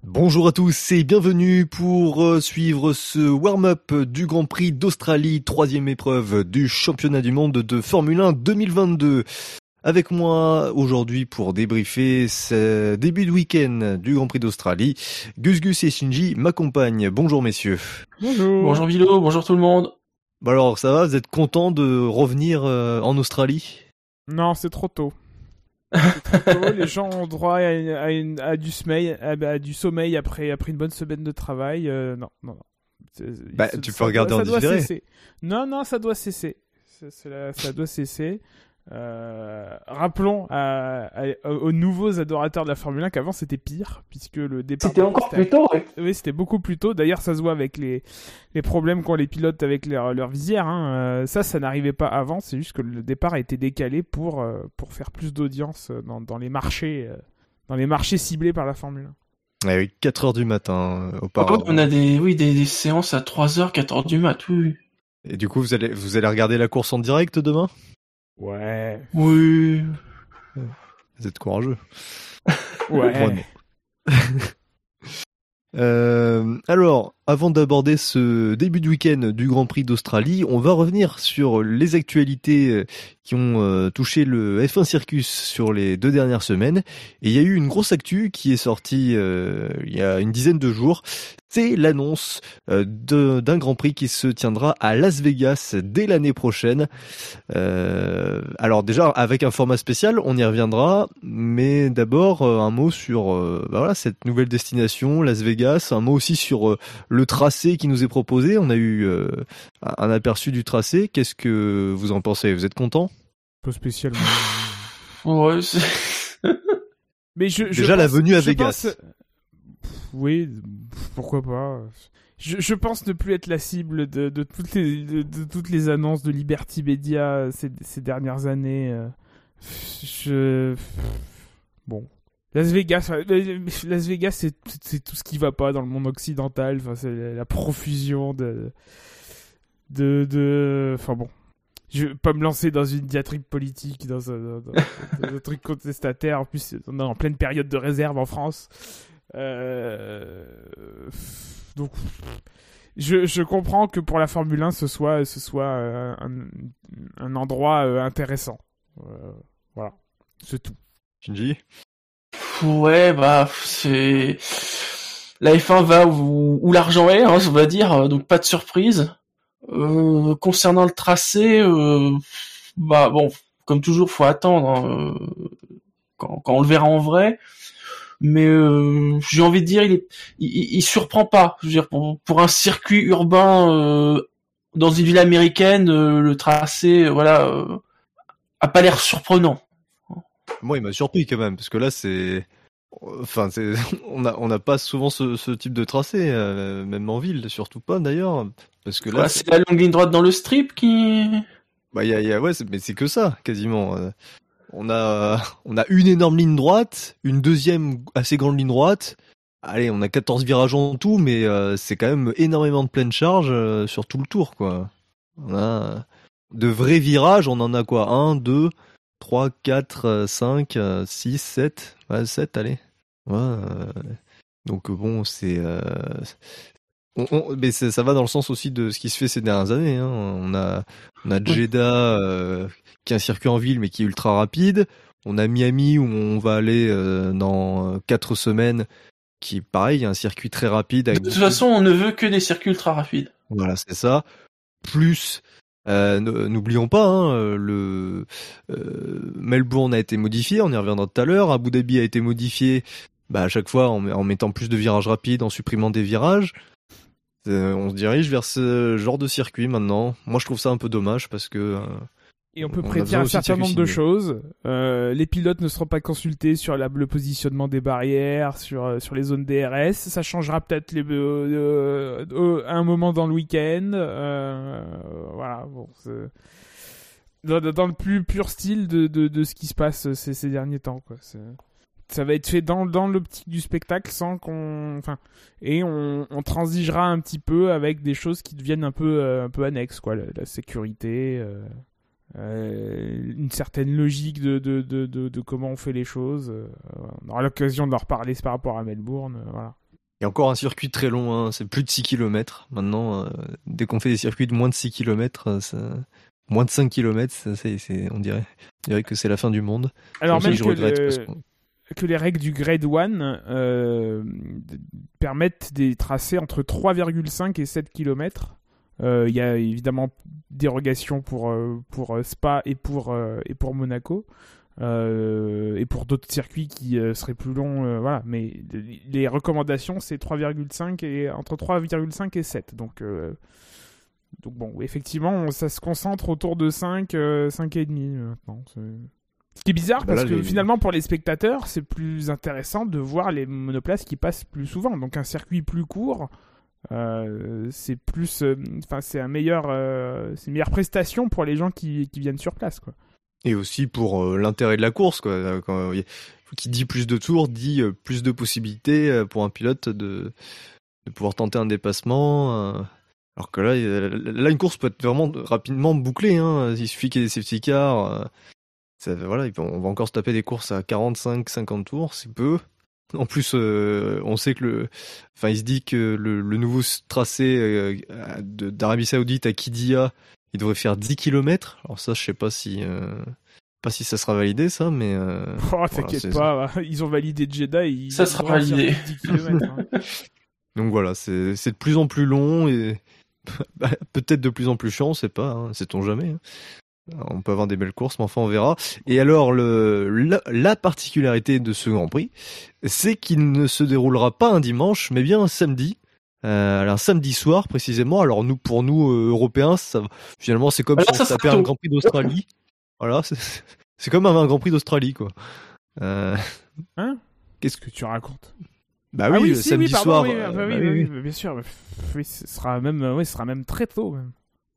Bonjour à tous et bienvenue pour suivre ce warm-up du Grand Prix d'Australie, troisième épreuve du championnat du monde de Formule 1 2022. Avec moi aujourd'hui pour débriefer ce début de week-end du Grand Prix d'Australie, Gus et Shinji m'accompagnent. Bonjour messieurs. Bonjour. Bonjour Vilo, bonjour tout le monde. Bah alors ça va, vous êtes contents de revenir en Australie ? Non, c'est trop tôt. C'est trop tôt. Les gens ont droit à du sommeil après une bonne semaine de travail. Non. Tu peux regarder en différé. Non, ça doit cesser. Ça doit cesser. Rappelons aux nouveaux adorateurs de la Formule 1 qu'avant c'était pire, puisque le départ... C'était encore plus tôt, ouais. Oui, c'était beaucoup plus tôt. D'ailleurs, ça se voit avec les problèmes qu'ont les pilotes avec leur visière. Hein. Ça n'arrivait pas avant. C'est juste que le départ a été décalé pour faire plus d'audience dans les marchés ciblés par la Formule 1. Oui, 4h du matin auparavant. On a des séances à 3h, 4h du mat, oui. Et du coup, vous allez regarder la course en direct demain ? Ouais. Oui. Vous êtes courageux. Ouais. Alors, avant d'aborder ce début de week-end du Grand Prix d'Australie, on va revenir sur les actualités qui ont touché le F1 Circus sur les 2 dernières semaines. Et il y a eu une grosse actu qui est sortie il y a une dizaine de jours. C'est l'annonce d'un Grand Prix qui se tiendra à Las Vegas dès l'année prochaine. Alors déjà, avec un format spécial, on y reviendra. Mais d'abord, un mot sur cette nouvelle destination, Las Vegas. Un mot aussi sur le tracé qui nous est proposé. On a eu un aperçu du tracé. Qu'est-ce que vous en pensez ? Vous êtes content ? Pas spécialement. Ouais, Mais déjà, la venue à Vegas. Oui, pourquoi pas. Je pense ne plus être la cible de toutes les annonces de Liberty Media ces dernières années. Bon. Las Vegas, c'est tout ce qui va pas dans le monde occidental. Enfin, c'est la profusion enfin bon. Je vais pas me lancer dans une diatribe politique, dans un truc contestataire. En plus, on est en pleine période de réserve en France. Donc, je comprends que pour la Formule 1, ce soit un endroit intéressant. Voilà, c'est tout. Shinji ? Ouais, c'est... La F1 va où l'argent est, hein, on va dire, donc pas de surprise. Concernant le tracé, comme toujours, faut attendre hein, quand on le verra en vrai. Mais j'ai envie de dire, il surprend pas. Je veux dire, pour un circuit urbain dans une ville américaine, le tracé, a pas l'air surprenant. Moi, il m'a surpris quand même, parce que là, on n'a pas souvent ce type de tracé, même en ville, surtout pas d'ailleurs, parce que là, c'est la longue ligne droite dans le strip qui. Mais c'est que ça, quasiment. On a une énorme ligne droite, une deuxième assez grande ligne droite. Allez, on a 14 virages en tout, mais c'est quand même énormément de pleine charge sur tout le tour, quoi. On a de vrais virages, on en a quoi ? 1, 2, 3, 4, 5, 6, 7. Ouais, 7, allez. Ouais, donc bon, c'est... mais ça va dans le sens aussi de ce qui se fait ces dernières années. Hein. On a Jeddah, qui est un circuit en ville, mais qui est ultra rapide. On a Miami, où on va aller dans 4 semaines, qui, pareil, un circuit très rapide. De toute façon, on ne veut que des circuits ultra rapides. Voilà, c'est ça. Plus... n'oublions pas, hein, Melbourne a été modifié, on y reviendra tout à l'heure. Abu Dhabi a été modifié, à chaque fois en mettant plus de virages rapides, en supprimant des virages. On se dirige vers ce genre de circuit maintenant. Moi, je trouve ça un peu dommage parce que. Et on peut prédire un certain nombre de choses. Les pilotes ne seront pas consultés sur le positionnement des barrières, sur les zones DRS. Ça changera peut-être à un moment dans le week-end. Voilà. Bon, dans le plus pur style de ce qui se passe ces derniers temps, quoi. Ça va être fait dans l'optique du spectacle sans qu'on... Et on transigera un petit peu avec des choses qui deviennent un peu annexes, quoi. La sécurité... une certaine logique de comment on fait les choses. On aura l'occasion d'en reparler par rapport à Melbourne. Voilà. Il y a encore un circuit très long, hein, c'est plus de 6 km. Maintenant, dès qu'on fait des circuits de moins de 6 km, moins de 5 km, on dirait que c'est la fin du monde. Alors même que les règles du Grade 1 permettent des tracés entre 3,5 et 7 km. Il y a évidemment dérogation pour Spa et pour Monaco. Et pour d'autres circuits qui seraient plus longs, voilà. Mais les recommandations, c'est 3,5 et entre 3,5 et 7. Donc bon, effectivement, ça se concentre autour de 5 et demi maintenant. Ce qui est bizarre parce que finalement, pour les spectateurs, c'est plus intéressant de voir les monoplaces qui passent plus souvent. Donc un circuit plus court, c'est plus, c'est une meilleure prestation pour les gens qui viennent sur place, quoi. Et aussi pour l'intérêt de la course, quoi. Qui dit plus de tours, dit plus de possibilités pour un pilote de pouvoir tenter un dépassement. Alors que là, une course peut être vraiment rapidement bouclée, hein. Il suffit qu'il y ait des safety cars. Voilà, on va encore se taper des courses à 45, 50 tours, c'est peu. En plus, on sait que il se dit que le nouveau tracé d'Arabie Saoudite à Qiddiya, il devrait faire 10 km. Alors ça, je sais pas si ça sera validé, ça, mais... t'inquiète pas, ils ont validé Jeddah. Ça sera validé. 10 km, hein. Donc voilà, c'est de plus en plus long et peut-être de plus en plus chiant, on sait pas, hein, sait-on jamais. Hein. On peut avoir des belles courses, mais enfin on verra. Et alors, la particularité de ce Grand Prix, c'est qu'il ne se déroulera pas un dimanche, mais bien un samedi. Alors samedi soir précisément. Alors pour nous Européens, finalement c'est comme si on tapait un Grand Prix d'Australie. Voilà, c'est comme un Grand Prix d'Australie, quoi. Hein ? Qu'est-ce que tu racontes ? Bah oui, samedi soir. Oui, bien sûr. Oui, ce sera même très tôt. Même.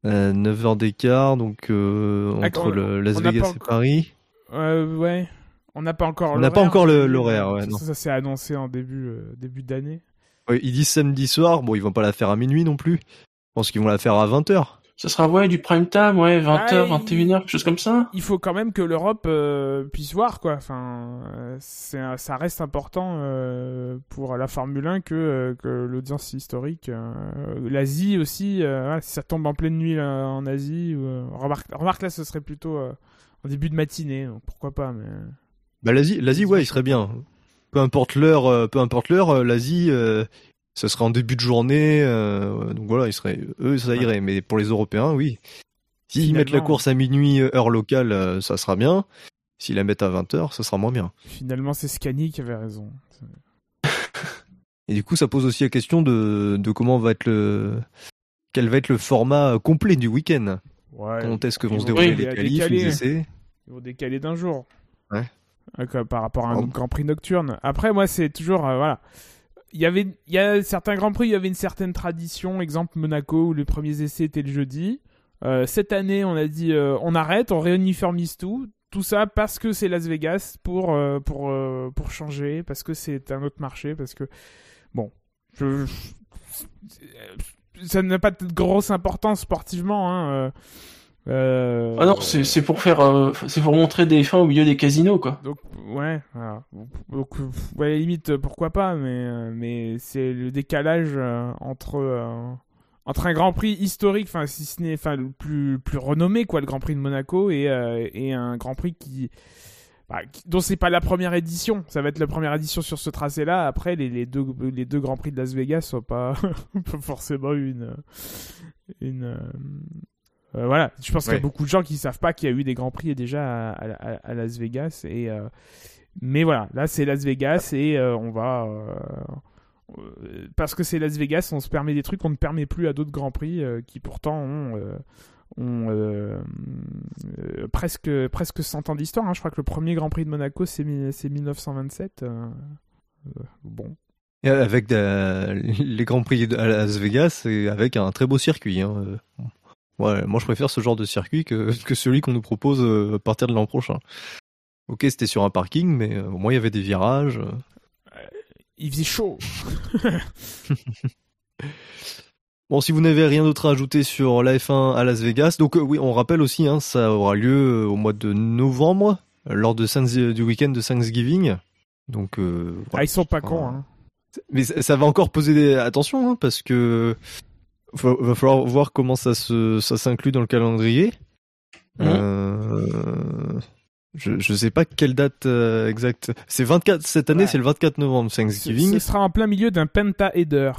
9 heures d'écart, donc entre Las Vegas et Paris. Ouais. On n'a pas encore. On n'a pas encore l'horaire. Ouais, ça s'est annoncé en début d'année. Ouais, ils disent samedi soir. Bon, ils vont pas la faire à minuit non plus. Je pense qu'ils vont la faire à 20h. Ça sera du prime time, 20h, 21h, quelque chose comme ça. Il faut quand même que l'Europe puisse voir, quoi. Enfin, ça reste important pour la Formule 1 que l'audience historique. L'Asie aussi, si ça tombe en pleine nuit en Asie. Remarque là, ce serait plutôt en début de matinée, donc pourquoi pas. Mais... Bah l'Asie, ouais, il serait bien. Peu importe l'heure, l'Asie. Ça serait en début de journée, donc voilà, ça irait. Mais pour les Européens, oui. S'ils mettent la course à minuit, heure locale, ça sera bien. S'ils la mettent à 20h, ça sera moins bien. Finalement, c'est Scani qui avait raison. Et du coup, ça pose aussi la question de quel va être le format complet du week-end. Ouais. Quand est-ce que vont se dérouler les qualifs, les essais ? Ils vont décaler d'un jour. Ouais. Par rapport à un Grand Prix nocturne. Après, moi, c'est toujours... voilà. Il y a certains Grands Prix, il y avait une certaine tradition, exemple Monaco où les premiers essais étaient le jeudi. Cette année, on a dit on arrête, on réuniformise tout ça parce que c'est Las Vegas pour changer, parce que c'est un autre marché, parce que bon, ça n'a pas de grosse importance sportivement, hein. Ah non, c'est pour montrer des fins au milieu des casinos, quoi. Donc ouais, voilà. Donc ouais, limite pourquoi pas, mais c'est le décalage entre un Grand Prix historique, enfin si ce n'est le plus renommé, quoi, le Grand Prix de Monaco, et un Grand Prix dont c'est pas la première édition. Ça va être la première édition sur ce tracé-là. Après les deux Grands Prix de Las Vegas sont pas forcément une voilà, je pense qu'il y a beaucoup de gens qui savent pas qu'il y a eu des Grands Prix déjà à Las Vegas, mais voilà, là c'est Las Vegas et on va parce que c'est Las Vegas, on se permet des trucs qu'on ne permet plus à d'autres Grands Prix qui pourtant ont presque 100 ans d'histoire, hein. Je crois que le premier Grand Prix de Monaco c'est 1927. Bon. Et avec les Grands Prix à Las Vegas, et avec un très beau circuit, hein. Ouais, moi je préfère ce genre de circuit que celui qu'on nous propose à partir de l'an prochain. Ok, c'était sur un parking, mais au moins il y avait des virages. Il faisait chaud. Bon, si vous n'avez rien d'autre à ajouter sur la F1 à Las Vegas, donc oui, on rappelle aussi, hein, ça aura lieu au mois de novembre, lors du week-end de Thanksgiving. Donc, voilà. Ils sont pas cons, hein. Mais ça va encore poser attention, hein, parce que va falloir voir comment ça s'inclut dans le calendrier. Je sais pas quelle date exacte. C'est 24 cette année, c'est le 24 novembre, Thanksgiving. Ce sera en plein milieu d'un penta-header.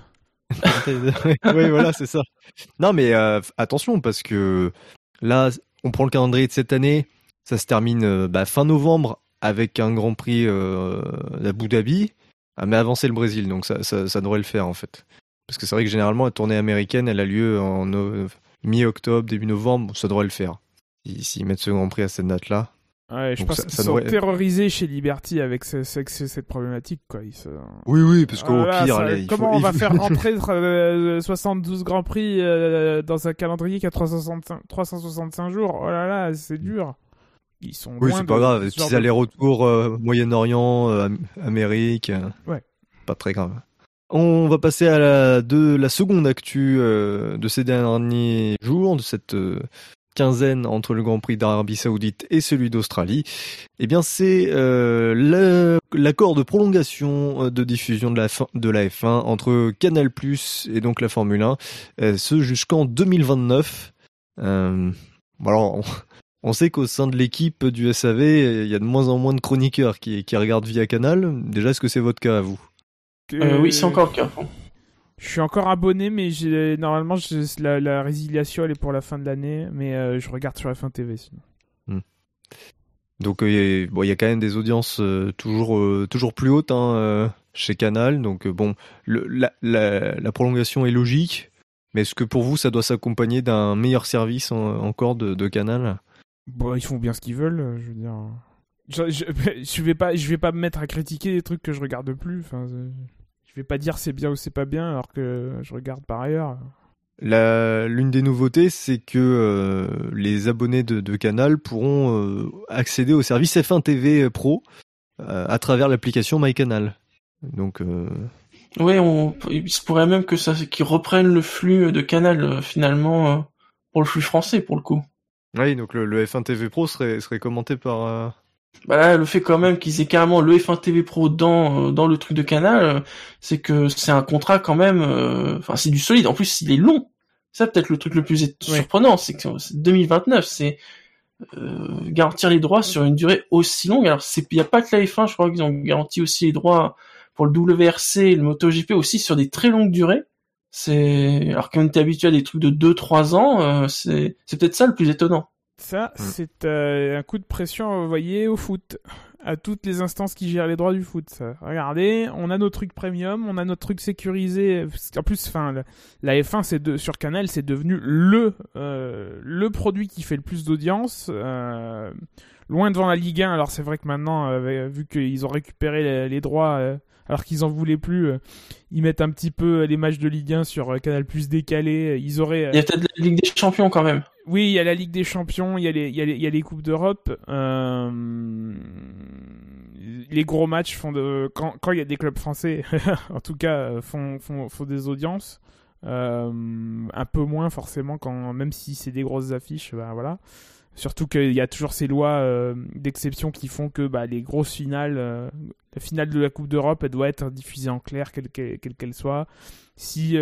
Oui, voilà, c'est ça. Non, mais attention, parce que là, on prend le calendrier de cette année, ça se termine fin novembre avec un Grand Prix d'Abu Dhabi, mais avant c'est le Brésil, donc ça devrait le faire en fait. Parce que c'est vrai que généralement la tournée américaine, elle a lieu en mi-octobre, début novembre, ça devrait le faire. S'ils mettent ce Grand Prix à cette date-là. Ouais, je pense qu'ils sont terrorisés chez Liberty avec cette problématique, quoi. Oui, parce qu'au pire... on va faire rentrer 72 Grands Prix dans un calendrier qui a 365 jours? Oh là là, c'est dur. Ils sont oui, c'est pas grave. Petits allers-retours Moyen-Orient, Amérique, ouais. Pas très grave. On va passer à la seconde actu de ces derniers jours, de cette... quinzaine entre le Grand Prix d'Arabie Saoudite et celui d'Australie, eh bien c'est l'accord de prolongation de diffusion de la F1 entre Canal+ et donc la Formule 1, ce jusqu'en 2029. Alors on sait qu'au sein de l'équipe du SAV, il y a de moins en moins de chroniqueurs qui regardent via Canal. Déjà, est-ce que c'est votre cas à vous? Oui, c'est encore le cas. Je suis encore abonné, mais normalement la résiliation elle est pour la fin de l'année, mais je regarde sur F1 TV sinon. Donc il y a quand même des audiences toujours plus hautes chez Canal. Donc la prolongation est logique, mais est-ce que pour vous ça doit s'accompagner d'un meilleur service encore de Canal? Bon, ils font bien ce qu'ils veulent, je veux dire. Je vais pas me mettre à critiquer des trucs que je regarde plus. Enfin. Je vais pas dire c'est bien ou c'est pas bien alors que je regarde par ailleurs. L'une des nouveautés, c'est que les abonnés de Canal pourront accéder au service F1 TV Pro à travers l'application MyCanal. Donc oui, il se pourrait même que qu'ils reprennent le flux de Canal finalement pour le flux français pour le coup. Oui, donc le F1 TV Pro serait commenté par Bah là, le fait quand même qu'ils aient carrément le F1 TV Pro dans le truc de Canal, c'est que c'est un contrat quand même. Enfin, c'est du solide. En plus, il est long. Ça, peut-être le truc le plus surprenant, c'est que c'est 2029. C'est garantir les droits sur une durée aussi longue. Alors, il y a pas que la F1. Je crois qu'ils ont garanti aussi les droits pour le WRC et le MotoGP aussi sur des très longues durées. Alors qu'on était habitué à des trucs de 2-3 ans, c'est peut-être ça le plus étonnant. Ça, c'est un coup de pression envoyé au foot, à toutes les instances qui gèrent les droits du foot. Ça. Regardez, on a nos trucs premium, on a notre truc sécurisé. En plus, la F1 sur Canal, c'est devenu le produit qui fait le plus d'audience, loin devant la Ligue 1. Alors c'est vrai que maintenant, vu qu'ils ont récupéré les droits, alors qu'ils en voulaient plus, ils mettent un petit peu les matchs de Ligue 1 sur Canal+ décalés. Il y a peut-être la Ligue des Champions quand même. Oui, il y a la Ligue des Champions, il y a les Coupes d'Europe. Les gros matchs quand il y a des clubs français, en tout cas, font des audiences. Un peu moins forcément même si c'est des grosses affiches, voilà. Surtout qu'il y a toujours ces lois d'exception qui font que les grosses finales, la finale de la Coupe d'Europe, elle doit être diffusée en clair, quelle qu'elle soit. Si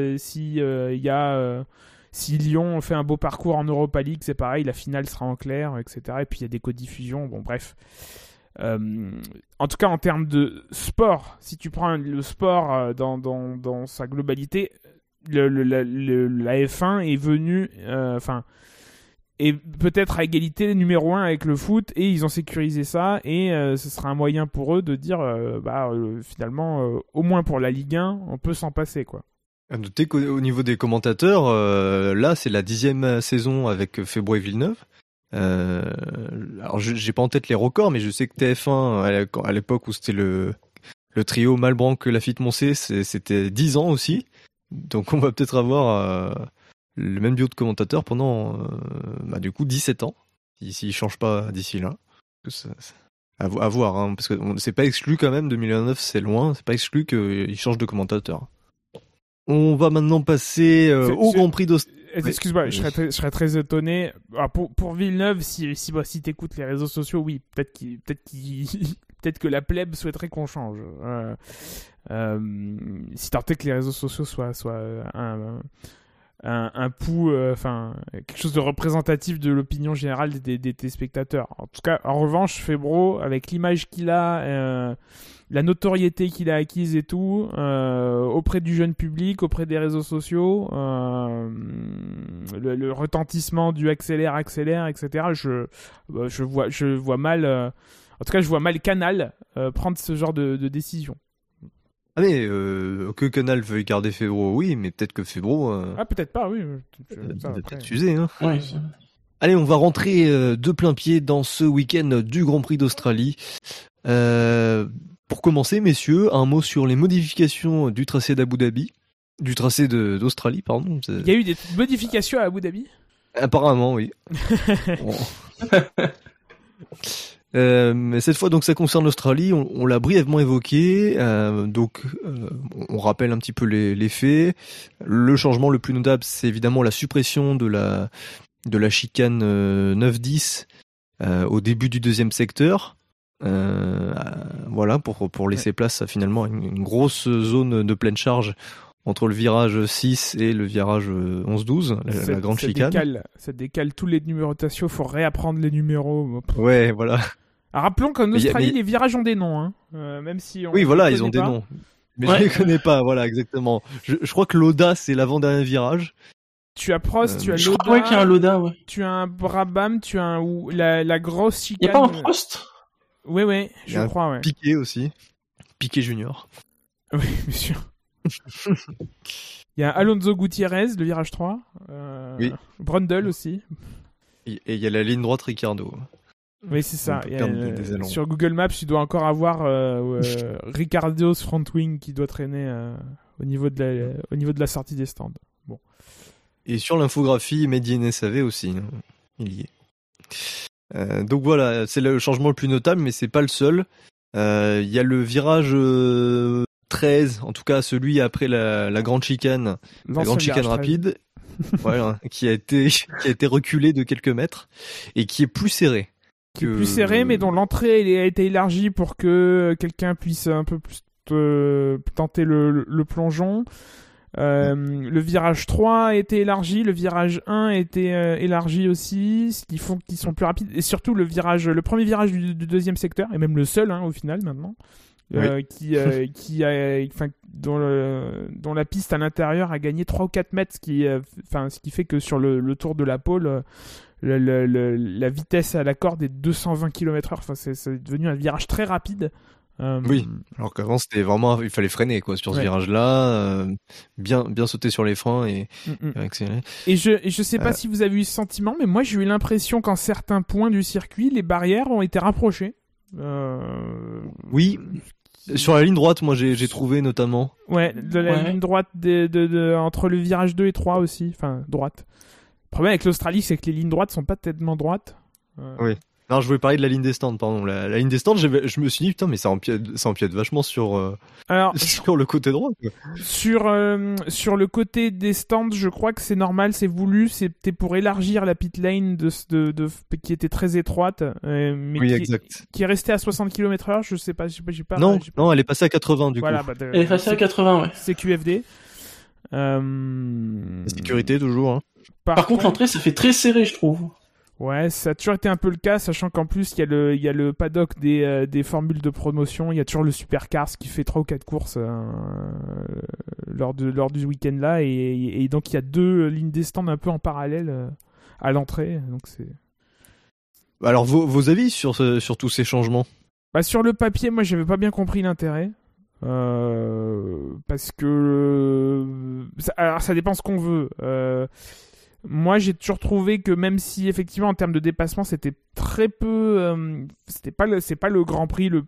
Lyon fait un beau parcours en Europa League, c'est pareil, la finale sera en clair, etc. Et puis il y a des codiffusions, bon bref. En tout cas, en termes de sport, si tu prends le sport dans sa globalité, la F1 est venue... et peut-être à égalité numéro 1 avec le foot, et ils ont sécurisé ça, et ce sera un moyen pour eux de dire finalement au moins pour la Ligue 1 on peut s'en passer quoi. À noter qu'au niveau des commentateurs, là c'est la 10e saison avec Febvre et Villeneuve. Alors j'ai pas en tête les records, mais je sais que TF1 à l'époque où c'était le trio Malbranc, Lafitte, Moncé, c'était 10 ans aussi, donc on va peut-être avoir le même duo de commentateurs pendant du coup 17 ans, s'ils changent pas d'ici là. À voir, hein, parce que c'est pas exclu quand même, 2029 c'est loin, c'est pas exclu qu'ils changent de commentateur. On va maintenant passer au Grand Prix d'Australie. excuse-moi, je serais très étonné. Alors pour Villeneuve, si t'écoutes les réseaux sociaux, oui, peut-être que la plèbe souhaiterait qu'on change. Si tant est que les réseaux sociaux soient un pouls, quelque chose de représentatif de l'opinion générale des téléspectateurs. En tout cas, en revanche, Febro, avec l'image qu'il a, la notoriété qu'il a acquise et tout, auprès du jeune public, auprès des réseaux sociaux, le retentissement du accélère, etc. Je vois mal, en tout cas, je vois mal Canal prendre ce genre de décision. Ah mais que Canal veuille garder Febro, oui, mais peut-être que Febro... Ah peut-être pas, oui. Ça va peut-être s'user, hein. Ouais. Allez, on va rentrer de plein pied dans ce week-end du Grand Prix d'Australie. Pour commencer, messieurs, un mot sur les modifications du tracé d'Abu Dhabi. Du tracé d'Australie, pardon. Il y a eu des modifications à Abu Dhabi ? Apparemment, oui. Mais cette fois, donc, ça concerne l'Australie. On l'a brièvement évoqué. On rappelle un petit peu les faits. Le changement le plus notable, c'est évidemment la suppression de la chicane 9-10 au début du deuxième secteur. Voilà, pour laisser place à finalement une grosse zone de pleine charge entre le virage 6 et le virage 11-12, la grande chicane. Ça décale tous les numérotations. Faut réapprendre les numéros. Ouais, voilà. Alors, rappelons qu'en Australie, les virages ont des noms, hein. Même si oui, voilà, ils ont des noms. Mais je les connais pas, voilà, exactement. Je crois que l'Oda, c'est l'avant-dernier virage. Tu as Prost, tu as je Loda. crois qu'il y a un Loda, ouais. Tu as un Brabham, tu as la grosse chicane. Il y a pas un Prost? Oui, je crois, ouais. Piquet aussi. Piquet Junior. Oui, bien sûr. Il y a Alonso Gutiérrez, le virage 3. Oui. Brundle aussi. Et il y a la ligne droite Ricardo. Oui, c'est ça. Sur Google Maps, tu dois encore avoir Ricardo's front wing qui doit traîner au niveau de la sortie des stands. Bon. Et sur l'infographie, Made in SAV aussi, hein. Il y est. Donc voilà, c'est le changement le plus notable, mais c'est pas le seul. Il y a le virage 13, en tout cas celui après la grande chicane, la grande chicane rapide, voilà, qui a été reculé de quelques mètres et qui est plus serré. Qui est plus serré, mais dont l'entrée a été élargie pour que quelqu'un puisse un peu plus tenter le plongeon. Le virage 3 a été élargi, le virage 1 a été élargi aussi, ce qui font qu'ils sont plus rapides. Et surtout le premier virage du deuxième secteur, et même le seul au final maintenant, dont la piste à l'intérieur a gagné 3 ou 4 mètres, ce qui fait que sur le tour de la pole, la vitesse à la corde est 220 km/h. Enfin, c'est devenu un virage très rapide. Oui, alors qu'avant c'était vraiment, il fallait freiner quoi sur ce virage-là, bien sauter sur les freins et accélérer. Et je sais pas si vous avez eu ce sentiment, mais moi j'ai eu l'impression qu'en certains points du circuit, les barrières ont été rapprochées. Oui. Sur la ligne droite, moi j'ai trouvé notamment. Ouais, de la ligne droite entre le virage 2 et 3 aussi, enfin droite. Le problème avec l'Australie, c'est que les lignes droites sont pas tellement droites. Oui. Non, je voulais parler de la ligne des stands, pardon. La ligne des stands, je me suis dit, putain, mais ça empiète vachement sur le côté droit. Quoi. Sur le côté des stands, je crois que c'est normal, c'est voulu, c'était pour élargir la pit lane qui était très étroite, mais qui est restée à 60 km/h, je sais pas, j'ai pas. Non, elle est passée à 80 du coup. Elle est passée à 80, ouais. C'est QFD. La sécurité toujours. Hein. Par contre, l'entrée, ça fait très serré, je trouve. Ouais, ça a toujours été un peu le cas, sachant qu'en plus, il y a le paddock des formules de promotion, il y a toujours le Supercars qui fait 3 ou 4 courses lors du week-end là, et donc il y a 2 lignes des stands un peu en parallèle à l'entrée, donc c'est... Alors, vos avis sur tous ces changements ? Sur le papier, moi, j'avais pas bien compris l'intérêt. Parce que... alors, ça dépend ce qu'on veut. Moi, j'ai toujours trouvé que même si effectivement en termes de dépassement, c'était très peu, c'est pas le Grand Prix le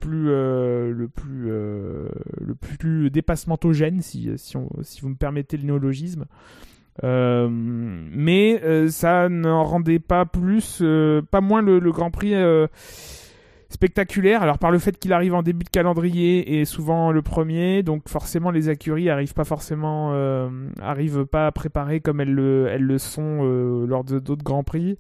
plus dépassementogène, si vous me permettez le néologisme. Mais ça n'en rendait pas moins le Grand Prix spectaculaire. Alors par le fait qu'il arrive en début de calendrier et souvent le premier, donc forcément les écuries arrivent pas préparées comme elles le sont lors d'autres grands prix.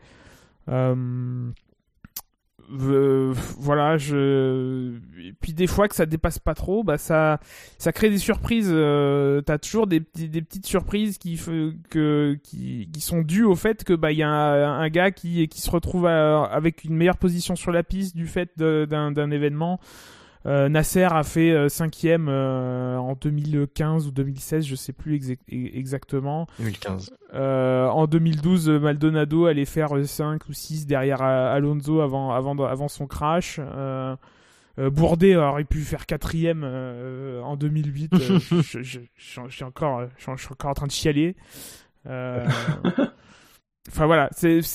Voilà, et puis des fois que ça dépasse pas trop, bah ça crée des surprises. T'as toujours des petites surprises qui sont dues au fait que bah il y a un gars qui se retrouve avec une meilleure position sur la piste du fait d'un événement. Nasser a fait 5e en 2015 ou 2016, je sais plus exactement. 2015. En 2012, Maldonado allait faire 5 ou 6 derrière Alonso avant son crash. Bourdet aurait pu faire 4e en 2008. Je suis encore en train de chialer. Enfin voilà,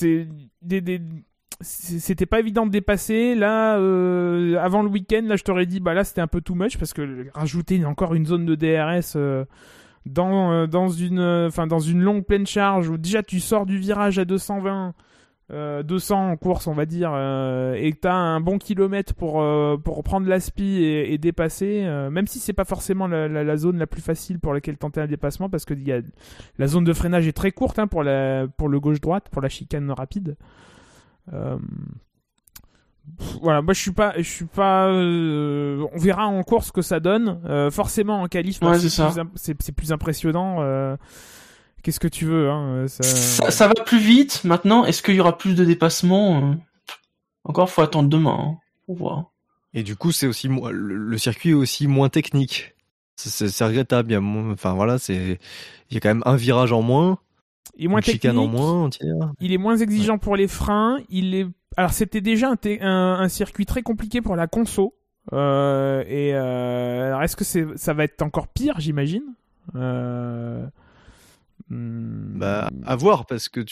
c'était pas évident de dépasser. Là, avant le week-end, là, je t'aurais dit, bah là, c'était un peu too much parce que rajouter encore une zone de DRS dans une longue pleine charge où déjà tu sors du virage à 220, 200 en course, on va dire, et que t'as un bon kilomètre pour prendre l'aspi et dépasser, même si c'est pas forcément la zone la plus facile pour laquelle tenter un dépassement parce que la zone de freinage est très courte pour le gauche-droite, pour la chicane rapide. Voilà, moi je suis pas on verra en course ce que ça donne. Forcément en qualif, c'est plus impressionnant. Qu'est-ce que tu veux, hein, ça va plus vite maintenant. Est-ce qu'il y aura plus de dépassements? Encore faut attendre demain, hein, pour voir. Et du coup c'est aussi le circuit est aussi moins technique. C'est regrettable. Il y a quand même un virage en moins. Il est moins technique, en moins, il est moins exigeant pour les freins. Alors c'était déjà un circuit très compliqué pour la conso. Alors est-ce que ça va être encore pire, j'imagine? Bah à voir parce que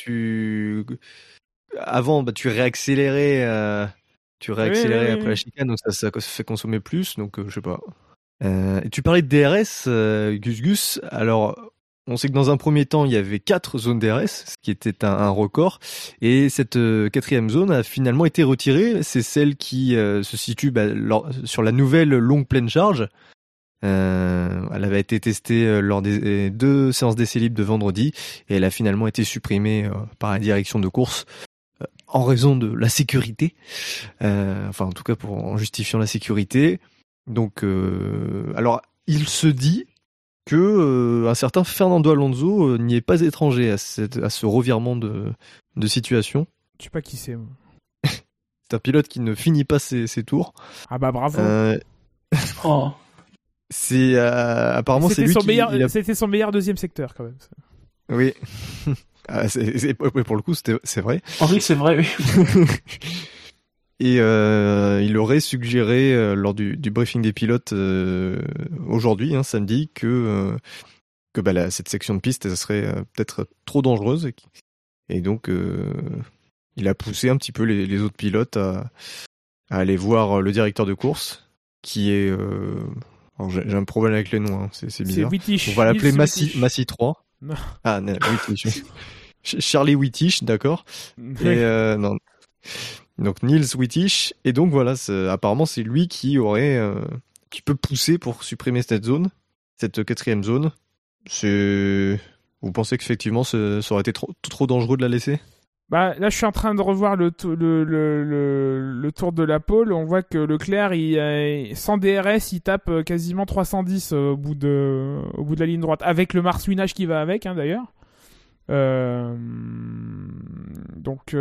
avant tu réaccélérais après la chicane, donc ça fait consommer plus, donc je sais pas. Et tu parlais de DRS, Gus. Alors on sait que dans un premier temps, il y avait 4 zones DRS, ce qui était un record. Et cette 4e zone a finalement été retirée. C'est celle qui se situe sur la nouvelle longue pleine charge. Elle avait été testée lors des 2 séances d'essai libre de vendredi. Et elle a finalement été supprimée par la direction de course en raison de la sécurité. Enfin, en tout cas, en justifiant la sécurité. Donc, alors, il se dit que un certain Fernando Alonso n'y est pas étranger à ce revirement de situation. Je sais pas qui c'est. C'est un pilote qui ne finit pas ses tours. Ah bah bravo. Oh. C'est apparemment c'est lui C'était son meilleur deuxième secteur quand même. Oui. Pour le coup c'est vrai. Oui, c'est vrai. Oui. Et il aurait suggéré lors du briefing des pilotes aujourd'hui, samedi, que cette section de piste, ça serait peut-être trop dangereuse. Et donc, il a poussé un petit peu les autres pilotes à aller voir le directeur de course, qui est... alors j'ai un problème avec les noms, c'est bizarre. C'est Wittich. On va l'appeler Massy 3. Non. Ah, non, Wittich. Charlie Wittich, d'accord. Et non... Donc Niels Wittich, et donc voilà, apparemment c'est lui qui peut pousser pour supprimer cette 4e zone. Vous pensez qu'effectivement ça aurait été trop dangereux de la laisser? Bah là je suis en train de revoir le tour de la pole. On voit que Leclerc sans DRS il tape quasiment 310 au bout de la ligne droite, avec le marsouinage qui va avec, d'ailleurs. Donc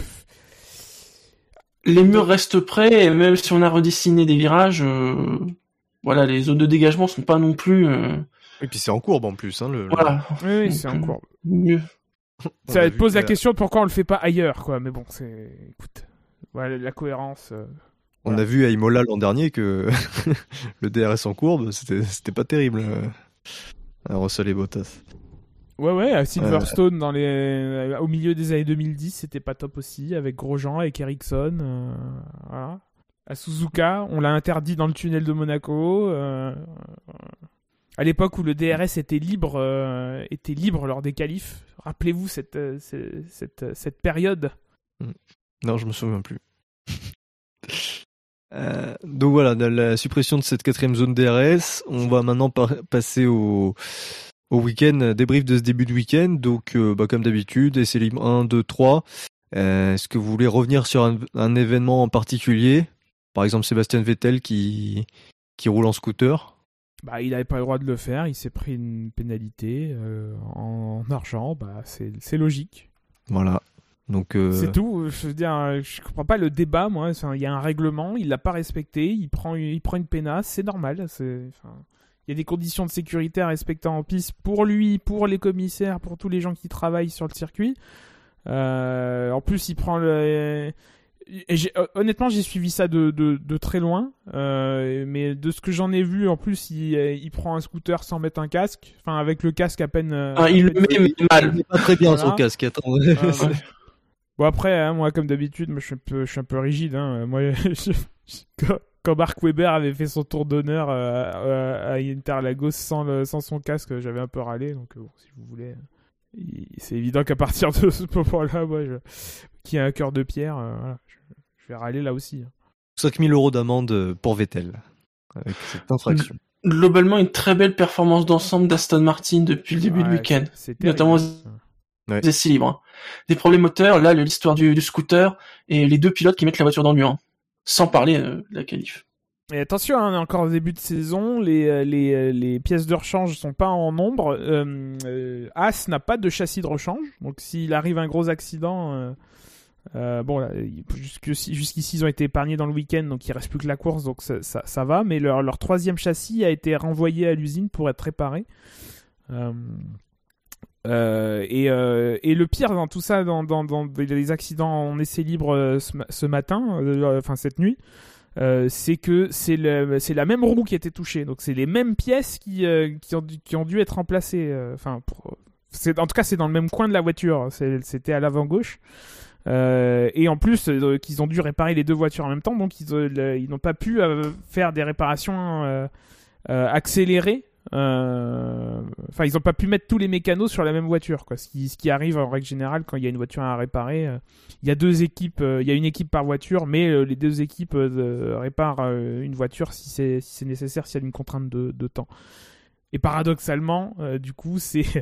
les murs restent prêts, et même si on a redessiné des virages, les zones de dégagement sont pas non plus... Et puis c'est en courbe en plus. Voilà. Oui, c'est en courbe. Mieux. Ça te pose la question de pourquoi on le fait pas ailleurs, quoi. Mais bon, écoute, voilà, la cohérence... On a vu à Imola l'an dernier que le DRS en courbe, c'était pas terrible. Russell et Bottas. Ouais, à Silverstone, au milieu des années 2010, c'était pas top aussi, avec Grosjean, avec Ericsson, voilà. À Suzuka, on l'a interdit dans le tunnel de Monaco, à l'époque où le DRS était libre lors des qualifs. Rappelez-vous cette période. Non, je me souviens plus. Donc voilà, la suppression de cette 4e zone DRS. On va maintenant passer au week-end, débrief de ce début de week-end. Donc comme d'habitude, essai libre 1, 2, 3. Est-ce que vous voulez revenir sur un événement en particulier? Par exemple Sébastien Vettel qui roule en scooter? Il n'avait pas le droit de le faire, il s'est pris une pénalité en argent, c'est logique. Voilà. Donc c'est tout. Je veux dire, je comprends pas le débat, moi. Il y a un règlement, il l'a pas respecté, il prend une pénasse, c'est normal. Il y a des conditions de sécurité à respecter en piste pour lui, pour les commissaires, pour tous les gens qui travaillent sur le circuit. En plus, il prend le. Honnêtement, j'ai suivi ça de très loin, mais de ce que j'en ai vu, en plus, il prend un scooter sans mettre un casque, enfin avec le casque à peine. Il le met mal. Il met pas très bien son casque. Attends. Bon après, moi comme d'habitude, moi, je suis un peu rigide. Moi, quand Mark Webber avait fait son tour d'honneur à Interlagos sans son casque, j'avais un peu râlé. Donc si vous voulez, c'est évident qu'à partir de ce moment-là, moi, qui a un cœur de pierre, voilà, je vais râler là aussi. 5 000 € d'amende pour Vettel avec cette infraction. Globalement, une très belle performance d'ensemble d'Aston Martin depuis le début du week-end, notamment aux essais libres. Des problèmes moteurs, là l'histoire du scooter et les 2 pilotes qui mettent la voiture dans le mur, sans parler de la qualif. Et attention, on est encore au début de saison, les pièces de rechange sont pas en nombre. As n'a pas de châssis de rechange, donc s'il arrive un gros accident, jusqu'ici ils ont été épargnés dans le week-end, donc il reste plus que la course, donc ça va. Mais leur 3e châssis a été renvoyé à l'usine pour être réparé. Et le pire dans tout ça, dans les accidents en essai libre ce matin, cette nuit, c'est que c'est la même roue qui a été touchée, donc c'est les mêmes pièces qui ont dû être remplacées. En tout cas, c'est dans le même coin de la voiture. C'était à l'avant gauche. Et en plus, qu'ils ont dû réparer les 2 voitures en même temps, donc ils n'ont pas pu faire des réparations accélérées. Ils n'ont pas pu mettre tous les mécanos sur la même voiture, quoi. Ce qui arrive en règle générale quand il y a une voiture à réparer. Il y a 2 équipes, il y a une équipe par voiture, mais les 2 équipes réparent une voiture si c'est nécessaire, s'il y a une contrainte de temps. Et paradoxalement, du coup, c'est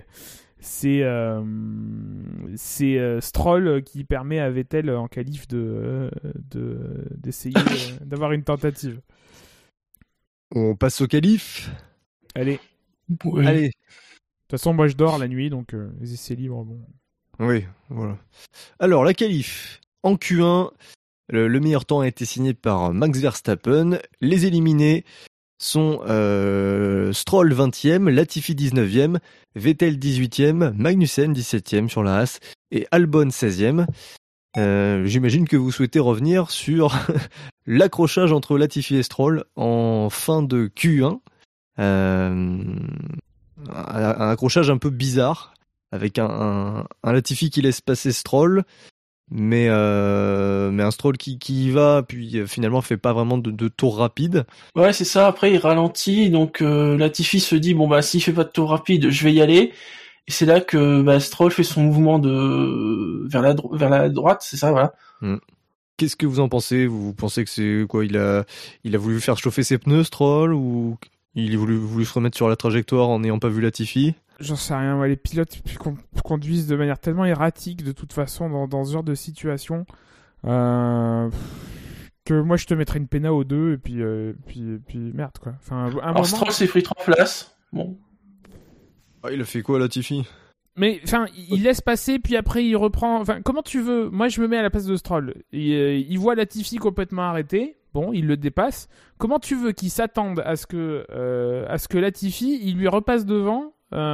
Stroll qui permet à Vettel en qualif d'essayer d'avoir une tentative. On passe au qualif. Allez. Oui. Allez. De toute façon, moi je dors la nuit, donc les essais libres, bon. Oui, voilà. Alors, la qualif. En Q1, le meilleur temps a été signé par Max Verstappen. Les éliminés sont Stroll 20e, Latifi 19e, Vettel 18e, Magnussen 17e sur la Haas et Albon 16e. J'imagine que vous souhaitez revenir sur l'accrochage entre Latifi et Stroll en fin de Q1. Un accrochage un peu bizarre avec un Latifi qui laisse passer Stroll, mais un Stroll qui y va, puis finalement fait pas vraiment de tour rapide. Ouais, c'est ça. Après il ralentit, donc Latifi se dit s'il fait pas de tour rapide, je vais y aller. Et c'est là que Stroll fait son mouvement vers la droite, c'est ça, voilà. Qu'est-ce que vous en pensez? Vous pensez que c'est quoi? Il a voulu faire chauffer ses pneus, Stroll, ou il a voulu se remettre sur la trajectoire en n'ayant pas vu Latifi? J'en sais rien. Les pilotes conduisent de manière tellement erratique de toute façon dans ce genre de situation que moi je te mettrais une péna aux 2 et puis merde, quoi. Alors Stroll s'est pris 3 places. Bon. Il a fait quoi, Latifi? Mais il laisse passer, puis après il reprend. Comment tu veux? Moi je me mets à la place de Stroll. Il voit Latifi complètement arrêté. Bon, il le dépasse. Comment tu veux qu'il s'attende à ce que Latifi il lui repasse devant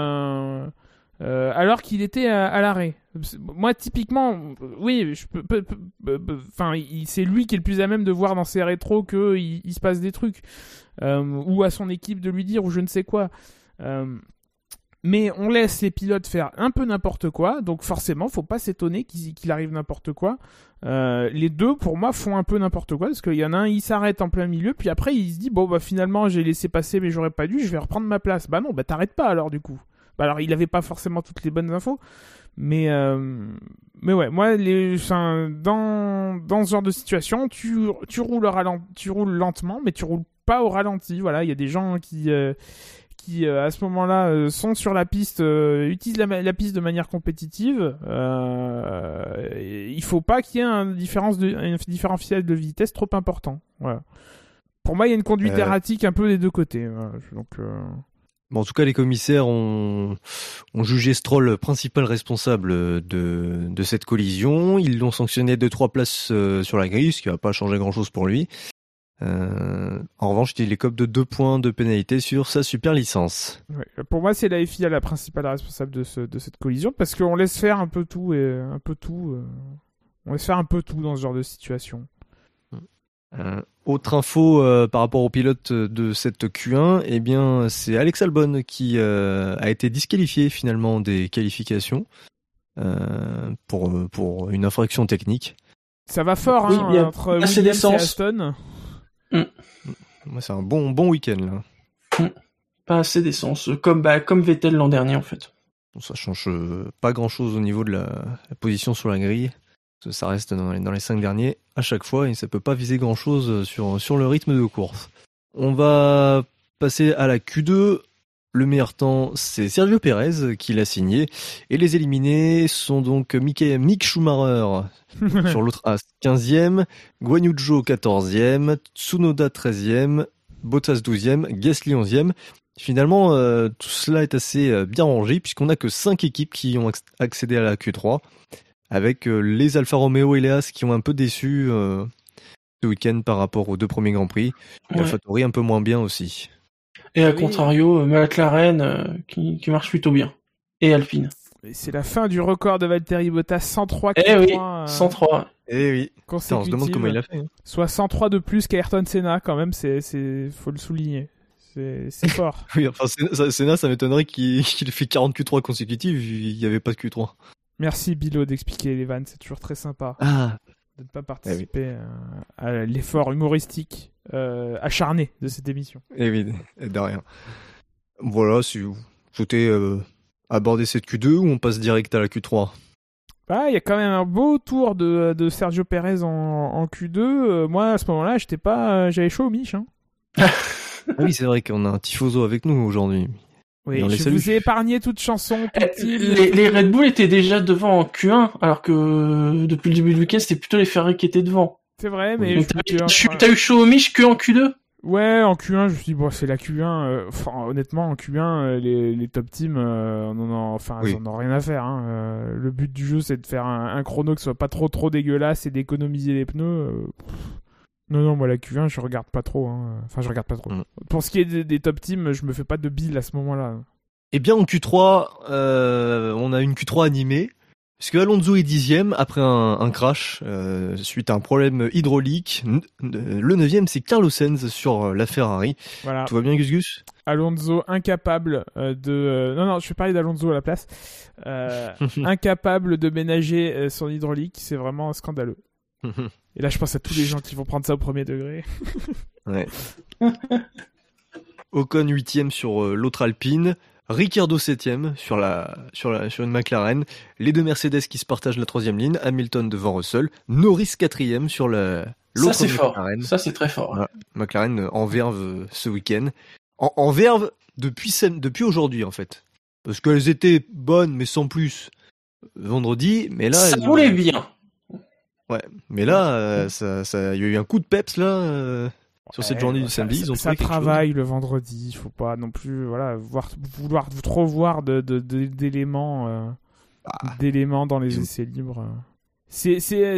alors qu'il était à l'arrêt? Moi typiquement, oui, c'est lui qui est le plus à même de voir dans ses rétros que il se passe des trucs, ou à son équipe de lui dire ou je ne sais quoi. Mais on laisse les pilotes faire un peu n'importe quoi, donc forcément, faut pas s'étonner qu'il arrive n'importe quoi. Les 2, pour moi, font un peu n'importe quoi, parce qu'il y en a un, il s'arrête en plein milieu, puis après, il se dit, finalement, j'ai laissé passer, mais j'aurais pas dû, je vais reprendre ma place. Non, t'arrêtes pas alors, du coup. alors il avait pas forcément toutes les bonnes infos, mais ouais, moi dans ce genre de situation, tu roules lentement, mais tu roules pas au ralenti. Voilà, il y a des gens qui à ce moment-là sont sur la piste, utilisent la piste de manière compétitive. Il faut pas qu'il y ait un différentiel de vitesse trop important. Voilà. Pour moi, il y a une conduite erratique un peu des deux côtés. Voilà. Donc, Bon, en tout cas, les commissaires ont jugé Stroll principal responsable de cette collision. Ils l'ont sanctionné de 3 places sur la grille, ce qui va pas changer grand-chose pour lui. En revanche, il écope de 2 points de pénalité sur sa super licence. Ouais. Pour moi, c'est la FIA la principale responsable de cette collision, parce qu'on laisse faire un peu tout on laisse faire un peu tout dans ce genre de situation. Autre info par rapport au pilote de cette Q1, eh bien, c'est Alex Albon qui a été disqualifié finalement des qualifications pour une infraction technique. Ça va fort, oui, entre Williams et Aston. C'est un bon week-end là. Pas assez d'essence, comme Vettel l'an dernier en fait. Bon, ça change pas grand-chose au niveau de la position sur la grille. Ça reste dans les 5 derniers à chaque fois et ça peut pas viser grand-chose sur le rythme de course. On va passer à la Q2. Le meilleur temps, c'est Sergio Pérez qui l'a signé. Et les éliminés sont donc Mick Schumacher sur l'autre as 15e, Guan Yu Zhou 14e, Tsunoda 13e, Bottas 12e, Gasly 11e. Finalement, tout cela est assez bien rangé puisqu'on n'a que 5 équipes qui ont accédé à la Q3, avec les Alfa Romeo et les Haas qui ont un peu déçu ce week-end par rapport aux 2 premiers Grands Prix. Et AlphaTauri un peu moins bien aussi. Et à contrario, McLaren qui marche plutôt bien. Et Alpine. Et c'est la fin du record de Valtteri Bottas, 103 Q3. 103. Eh oui. On se demande comment il a fait. Hein. Soit 103 de plus qu'Ayrton Senna, quand même, faut le souligner. C'est fort. Oui, enfin, Senna, ça m'étonnerait qu'il fait 40 Q3 consécutives, il n'y avait pas de Q3. Merci Bilo d'expliquer les vannes, c'est toujours très sympa. De ne pas participer à l'effort humoristique acharné de cette émission. Eh oui, de rien. Voilà, si vous souhaitez aborder cette Q2 ou on passe direct à la Q3 ? Il y a quand même un beau tour de Sergio Pérez en Q2. Moi, à ce moment-là, j'avais chaud au Mich. Hein. Oui, c'est vrai qu'on a un tifoso avec nous aujourd'hui. Oui, je vous ai épargné toute chanson. Les Red Bull étaient déjà devant en Q1, alors que depuis le début du week-end, c'était plutôt les Ferrari qui étaient devant. C'est vrai, mais... T'as eu chaud au Mich que en Q2 ? Ouais, en Q1, je me suis dit, c'est la Q1. Honnêtement, en Q1, les top teams, ils en ont rien à faire. Hein. Le but du jeu, c'est de faire un chrono qui soit pas trop dégueulasse et d'économiser les pneus. Non, moi la Q1, je regarde pas trop. Hein. Enfin, je regarde pas trop. Pour ce qui est des top teams, je me fais pas de bile à ce moment-là. Eh bien, en Q3, on a une Q3 animée, puisque Alonso est 10e après un crash suite à un problème hydraulique. Le 9e, c'est Carlos Sainz sur la Ferrari. Voilà. Tout va bien, Gus ? Alonso incapable Non, je vais parler d'Alonso à la place. Incapable de ménager son hydraulique, c'est vraiment scandaleux. Et là, je pense à tous les gens qui vont prendre ça au premier degré. Ouais. Ocon 8e sur l'autre Alpine. Ricciardo 7e sur une McLaren. Les 2 Mercedes qui se partagent la 3e ligne. Hamilton devant Russell. Norris 4e sur l'autre ça, c'est McLaren. Fort. Ça, c'est très fort. Voilà. McLaren en verve ce week-end. En verve depuis aujourd'hui, en fait. Parce qu'elles étaient bonnes, mais sans plus vendredi. Mais là, ça roulait bien. Ouais, mais là, il y a eu un coup de peps là sur cette journée du samedi. Ça travaille le vendredi. Il faut pas non plus vouloir trop voir d'éléments dans les essais libres. C'est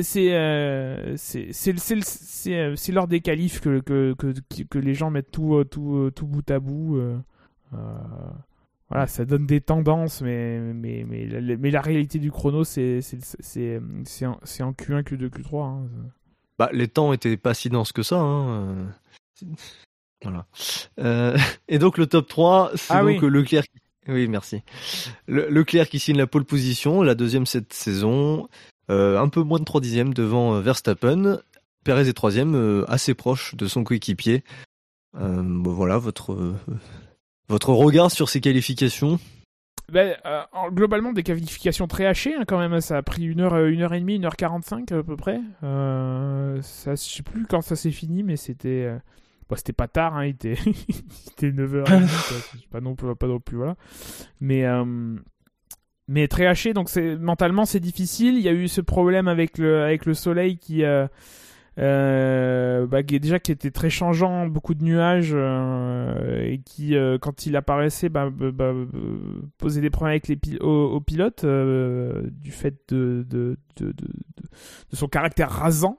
lors des qualifs que les gens mettent tout bout à bout. Voilà, ça donne des tendances, mais la réalité du chrono, c'est en Q1, Q2, Q3. Hein. Les temps étaient pas si denses que ça. Hein. Voilà. Et donc le top 3, c'est Leclerc. Oui, merci. Leclerc qui signe la pole position, la 2e cette saison, un peu moins de 3 dixièmes devant Verstappen. Perez est 3e, assez proche de son coéquipier. Voilà, votre regard sur ces qualifications ? Globalement, des qualifications très hachées quand même. Ça a pris 1h30, 1h45 à peu près. Je sais plus quand ça s'est fini, mais c'était pas tard. Il était 9h30. pas non plus, voilà. Mais très haché, donc mentalement c'est difficile. Il y a eu ce problème avec le soleil qui était très changeant, beaucoup de nuages et qui quand il apparaissait posait des problèmes avec aux pilotes du fait de son caractère rasant.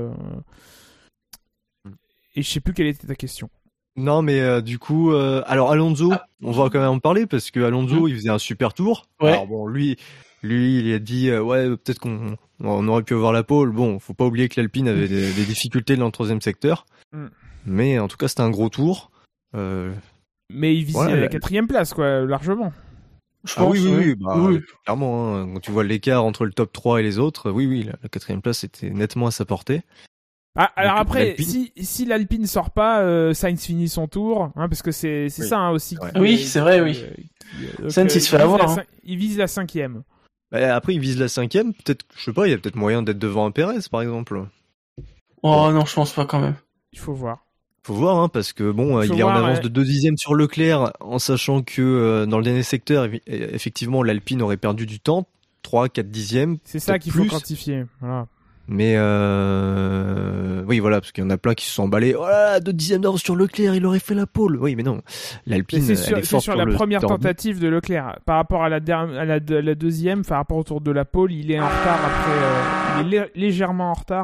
Et je sais plus quelle était ta question. Non, mais du coup, alors Alonso, on va quand même en parler parce que Alonso, il faisait un super tour. Ouais. Alors bon, lui, il a dit, peut-être qu'on aurait pu avoir la pole. Bon, faut pas oublier que l'Alpine avait des difficultés dans le 3e secteur. Mais en tout cas, c'était un gros tour. Mais il visait la 4e place, quoi, largement. Je pense, oui. Clairement, hein, quand tu vois l'écart entre le top 3 et les autres, oui, la 4e place était nettement à sa portée. Alors donc, après, si l'Alpine sort pas, Sainz finit son tour, hein, parce que c'est ça aussi. Oui, c'est vrai, oui. Sainz il se fait avoir. Il vise la 5e. Après, il vise la 5e. Peut-être, je sais pas, il y a peut-être moyen d'être devant un Pérez, par exemple. Non, je pense pas quand même. Il faut voir. Faut voir, hein, parce que bon, il est en avance de 2 dixièmes sur Leclerc, en sachant que dans le dernier secteur, effectivement, l'Alpine aurait perdu du temps, 3-4 dixièmes. C'est ça qu'il faut quantifier. Voilà. Mais oui, voilà, parce qu'il y en a plein qui se sont emballés. Oh là là, 2 dixièmes d'avance sur Leclerc, il aurait fait la pole. Oui, mais non, l'Alpine, elle est forte sur la première tentative de Leclerc. Par rapport à la deuxième, par rapport au tour de la pole, il est en retard après. Il est légèrement en retard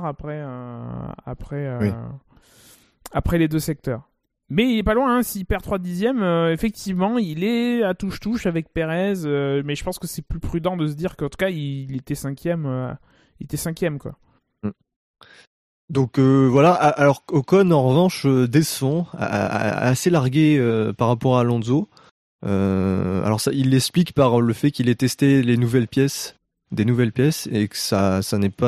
après les 2 secteurs. Mais il est pas loin, hein. S'il perd 3 dixièmes, effectivement, il est à touche-touche avec Pérez. Mais je pense que c'est plus prudent de se dire qu'en tout cas, il était 5e. Il était 5e, quoi. Donc voilà. Alors Ocon, en revanche, descend, assez largué par rapport à Alonso. Alors ça, il l'explique par le fait qu'il ait testé des nouvelles pièces, et que ça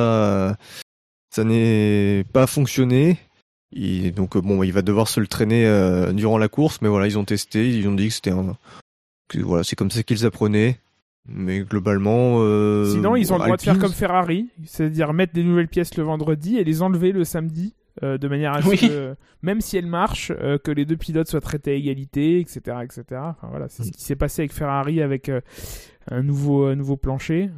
n'est pas fonctionné. Et donc il va devoir se le traîner durant la course, mais voilà, ils ont testé, ils ont dit que voilà, c'est comme ça qu'ils apprenaient. Mais globalement, sinon ils ont le droit de faire comme Ferrari, c'est-à-dire mettre des nouvelles pièces le vendredi et les enlever le samedi, de manière à ce que, même si elles marchent, que les 2 pilotes soient traités à égalité, etc., etc. Enfin voilà, c'est ce qui s'est passé avec Ferrari avec un nouveau plancher.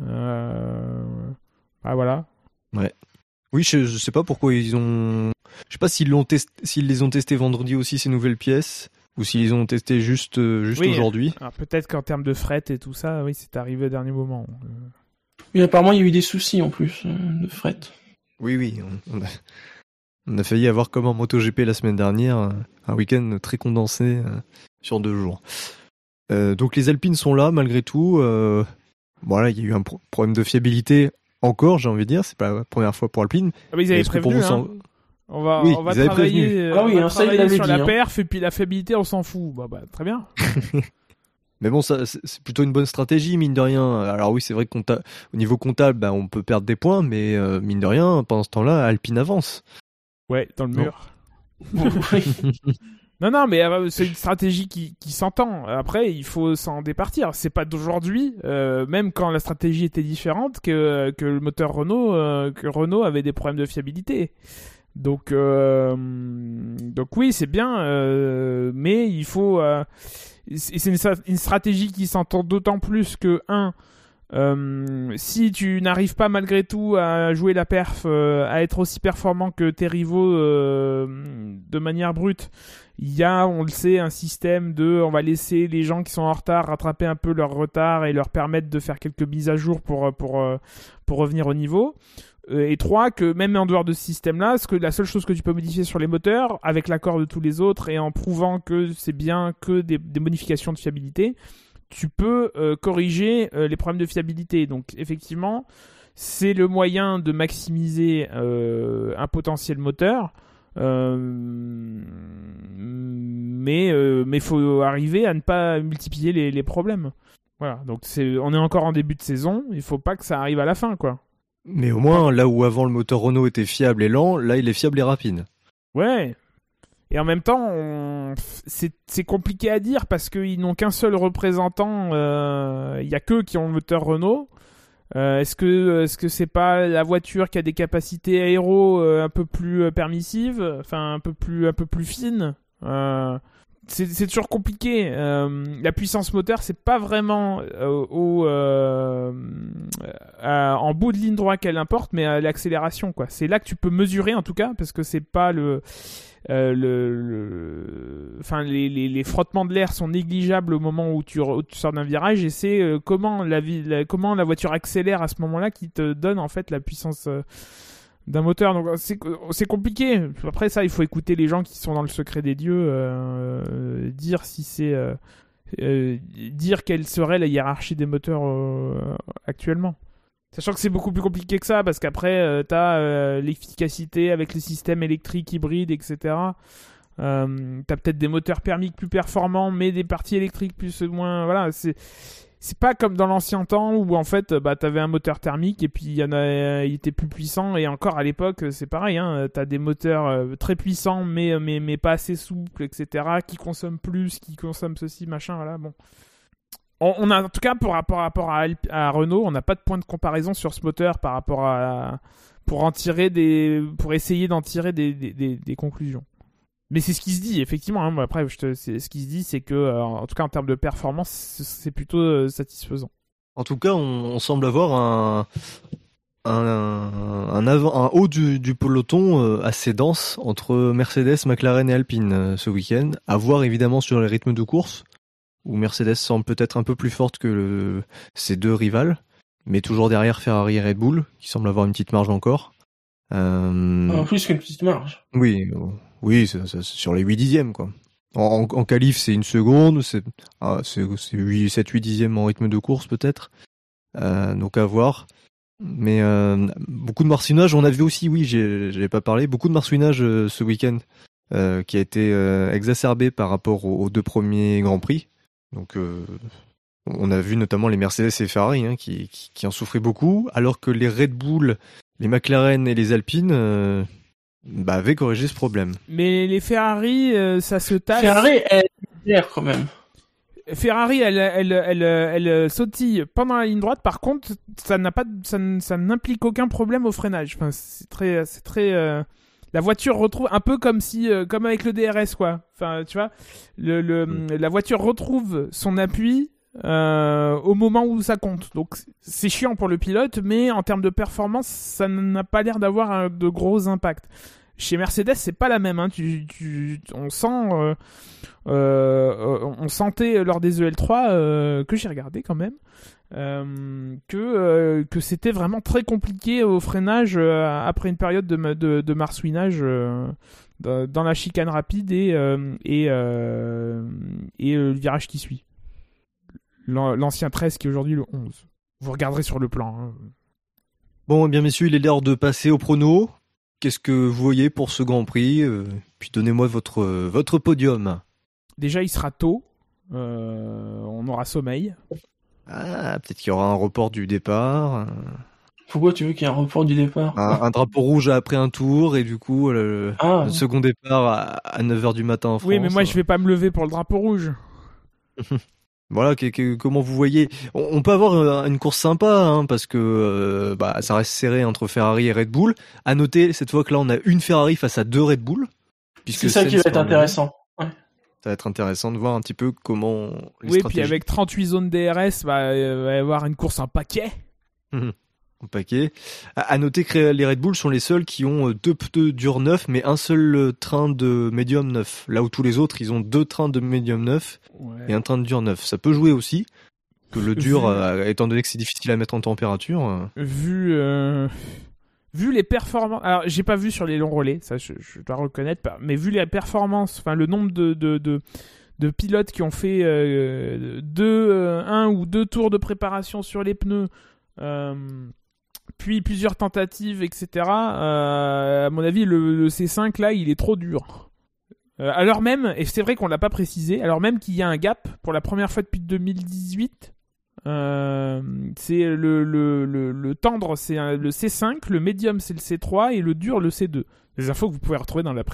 Voilà. Ouais. Oui, je sais pas pourquoi je sais pas s'ils les ont testés vendredi aussi, ces nouvelles pièces, ou s'ils les ont testés juste aujourd'hui. Alors peut-être qu'en termes de fret et tout ça, oui, c'est arrivé au dernier moment. Oui, apparemment, il y a eu des soucis en plus de fret. Oui, on a failli avoir comme en MotoGP la semaine dernière, un week-end très condensé sur 2 jours. Donc les Alpines sont là malgré tout. Voilà, il y a eu un problème de fiabilité. Encore, j'ai envie de dire, c'est pas la première fois pour Alpine. Ah mais ils avaient prévenu, on va travailler, sur la perf et puis la fiabilité, on s'en fout. Bah très bien. Mais bon, ça, c'est plutôt une bonne stratégie, mine de rien. Alors oui, c'est vrai qu'au niveau comptable, on peut perdre des points, mais mine de rien, pendant ce temps-là, Alpine avance. Ouais, dans le mur. Non, mais c'est une stratégie qui s'entend. Après, il faut s'en départir. C'est pas d'aujourd'hui, même quand la stratégie était différente, que le moteur Renault avait des problèmes de fiabilité. Donc oui, c'est bien, mais il faut. C'est une stratégie qui s'entend d'autant plus que si tu n'arrives pas malgré tout à jouer la perf, à être aussi performant que tes rivaux de manière brute, il y a, on le sait, un système on va laisser les gens qui sont en retard rattraper un peu leur retard et leur permettre de faire quelques mises à jour pour revenir au niveau. Et 3, que même en dehors de ce système-là, la seule chose que tu peux modifier sur les moteurs, avec l'accord de tous les autres et en prouvant que c'est bien que des modifications de fiabilité, tu peux corriger les problèmes de fiabilité. Donc effectivement, c'est le moyen de maximiser un potentiel moteur, mais faut arriver à ne pas multiplier les problèmes. Voilà, donc on est encore en début de saison, il faut pas que ça arrive à la fin, quoi. Mais au moins, là où avant le moteur Renault était fiable et lent, là il est fiable et rapide. Ouais. Et en même temps, c'est compliqué à dire parce qu'ils n'ont qu'un seul représentant. Il y a qu'eux qui ont le moteur Renault. Est-ce que c'est pas la voiture qui a des capacités aéro un peu plus permissives, enfin un peu plus fines. C'est toujours compliqué. La puissance moteur, c'est pas vraiment en bout de ligne droite qu'elle importe, mais à l'accélération, quoi. C'est là que tu peux mesurer, en tout cas, parce que c'est pas les frottements de l'air sont négligeables au moment où tu sors d'un virage, et c'est comment la voiture accélère à ce moment-là qui te donne en fait la puissance d'un moteur. Donc c'est compliqué. Après ça, il faut écouter les gens qui sont dans le secret des dieux, dire si c'est dire quelle serait la hiérarchie des moteurs actuellement. Sachant que c'est beaucoup plus compliqué que ça, parce qu'après t'as l'efficacité avec les systèmes électriques hybrides, etc. T'as peut-être des moteurs thermiques plus performants, mais des parties électriques plus ou moins. Voilà, c'est pas comme dans l'ancien temps où en fait t'avais un moteur thermique et puis il était plus puissant, et encore à l'époque c'est pareil, hein, t'as des moteurs très puissants mais pas assez souples, etc., qui consomment plus, qui consomment ceci, machin, voilà, bon. On a en tout cas par rapport à Renault, on n'a pas de point de comparaison sur ce moteur par rapport à pour essayer d'en tirer des conclusions. Mais c'est ce qui se dit, effectivement. Hein. Après, ce qui se dit, c'est que, en tout cas, en termes de performance, c'est plutôt satisfaisant. En tout cas, on semble avoir un haut du peloton assez dense entre Mercedes, McLaren et Alpine ce week-end. À voir évidemment sur les rythmes de course, où Mercedes semble peut-être un peu plus forte que ses deux rivales, mais toujours derrière Ferrari et Red Bull, qui semblent avoir une petite marge encore. En plus qu'une petite marge. Oui, c'est sur les 8 dixièmes, quoi. En qualif, c'est une seconde, c'est 7-8 dixièmes en rythme de course, peut-être. Donc à voir. Mais beaucoup de marcinage, on a vu aussi, oui, j'avais pas parlé, beaucoup de marcinage ce week-end, qui a été exacerbé par rapport aux deux premiers Grands Prix. Donc on a vu notamment les Mercedes et Ferrari qui en souffraient beaucoup, alors que les Red Bull, les McLaren et les Alpines avaient corrigé ce problème. Mais les Ferrari, ça se tâche. Ferrari, elle est claire quand même. Ferrari, elle sautille pendant la ligne droite. Par contre, ça n'implique aucun problème au freinage. Enfin, c'est très. La voiture retrouve un peu comme avec le DRS, quoi. Enfin, tu vois, la voiture retrouve son appui au moment où ça compte. Donc, c'est chiant pour le pilote, mais en termes de performance, ça n'a pas l'air d'avoir de gros impacts. Chez Mercedes, c'est pas la même. Hein. On sentait lors des EL3 que j'ai regardé quand même que c'était vraiment très compliqué au freinage après une période de marsouinage dans la chicane rapide et le virage qui suit. L'ancien 13 qui est aujourd'hui le 11. Vous regarderez sur le plan. Hein. Bon, eh bien messieurs, il est l'heure de passer au prono. Qu'est-ce que vous voyez pour ce Grand Prix puis donnez-moi votre podium. Déjà, il sera tôt. On aura sommeil. Ah, peut-être qu'il y aura un report du départ. Pourquoi tu veux qu'il y ait un report du départ? Un drapeau rouge après un tour et du coup le second départ à 9h du matin en France. Oui, mais moi je vais pas me lever pour le drapeau rouge. Voilà, comment vous voyez? On peut avoir une course sympa, parce que ça reste serré entre Ferrari et Red Bull. À noter cette fois que là on a une Ferrari face à deux Red Bull. C'est ça qui va être intéressant. Ouais. Ça va être intéressant de voir un petit peu comment les stratégies... puis avec 38 zones DRS, il va y avoir une course en paquet. En paquet. À noter que les Red Bull sont les seuls qui ont deux pneus durs neufs, mais un seul train de médium neuf. Là où tous les autres, ils ont deux trains de médium neuf et un train de dur neuf. Ça peut jouer aussi, que le dur, étant donné que c'est difficile à mettre en température. Vu les performances, alors j'ai pas vu sur les longs relais, ça je dois reconnaître, mais vu les performances, enfin le nombre de pilotes qui ont fait un ou deux tours de préparation sur les pneus, puis plusieurs tentatives, etc. À mon avis, le C5 là, il est trop dur. Alors même, et c'est vrai qu'on l'a pas précisé, alors même qu'il y a un gap pour la première fois depuis 2018. C'est le tendre, c'est le C5, le médium c'est le C3 et le dur le C2. Des infos que vous pouvez retrouver dans la preview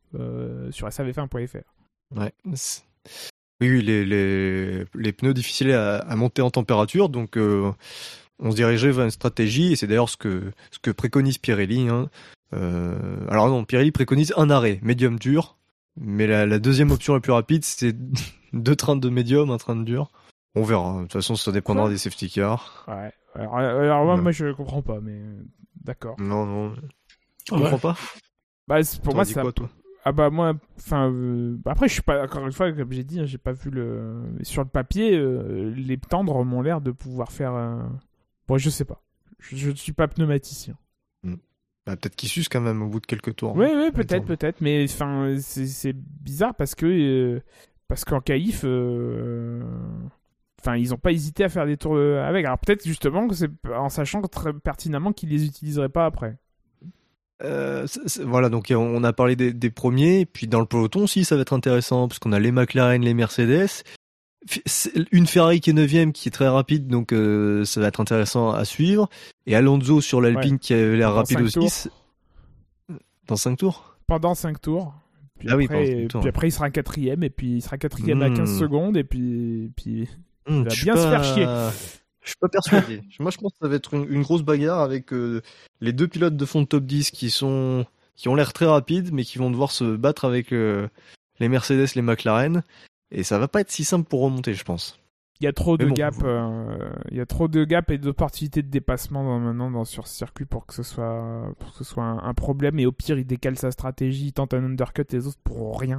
sur savf1.fr. Ouais. Oui, les pneus difficiles à monter en température, donc on se dirigeait vers une stratégie, et c'est d'ailleurs ce que préconise Pirelli. Hein. Alors non, Pirelli préconise un arrêt, médium dur, mais la deuxième option la plus rapide, c'est 2 trains de médium, 1 train de dur. On verra, de toute façon ça dépendra des safety cars. Ouais, alors moi je comprends pas, mais d'accord. Non, tu comprends pas? Bah pour moi ça... quoi, toi? Ah bah moi, enfin après je suis pas, encore une fois comme j'ai dit, j'ai pas vu sur le papier, les tendres m'ont l'air de pouvoir faire. Bon, je sais pas, je ne suis pas pneumaticien. Bah, peut-être qu'ils s'usent quand même au bout de quelques tours. Oui, peut-être, mais enfin c'est bizarre parce qu'en qualif, enfin ils ont pas hésité à faire des tours avec. Alors peut-être justement que c'est en sachant très pertinemment qu'ils les utiliseraient pas après. Voilà, donc on a parlé des premiers, puis dans le peloton aussi ça va être intéressant parce qu'on a les McLaren, les Mercedes, une Ferrari qui est 9ème qui est très rapide, donc ça va être intéressant à suivre, et Alonso sur l'Alpine qui a l'air rapide aussi. Dans 5 tours Pendant 5 tours. Puis après il sera 4ème, et puis il sera 4ème à 15 secondes, et puis il va bien se faire chier. Je suis pas persuadé. Moi, je pense que ça va être une grosse bagarre avec les 2 pilotes de fond de top 10 qui ont l'air très rapides, mais qui vont devoir se battre avec les Mercedes, les McLaren. Et ça va pas être si simple pour remonter, je pense. Il y a trop de gap. Il y a trop de gap et d'opportunités de dépassement maintenant sur ce circuit pour que ce soit un problème. Et au pire, il décale sa stratégie, il tente un undercut, et les autres pourront rien.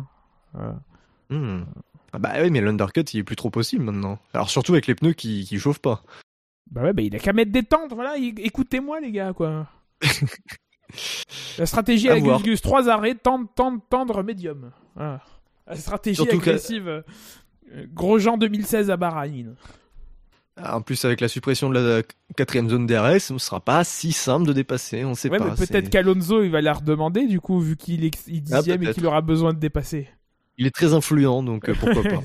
Ah bah oui, mais l'undercut, il est plus trop possible maintenant. Alors surtout avec les pneus qui chauffent pas. Bah ouais, il a qu'à mettre des tentes, voilà, écoutez-moi les gars, quoi. La stratégie avec Gus Gus, 3 arrêts, tendre, médium. Voilà. La stratégie surtout agressive, Grosjean 2016 à Bahreïn. En plus, avec la suppression de la 4ème zone DRS, ce sera pas si simple de dépasser, on sait pas. Mais peut-être qu'Alonso, il va la redemander, du coup, vu qu'il est 10ème et qu'il aura besoin de dépasser. Il est très influent, donc pourquoi pas.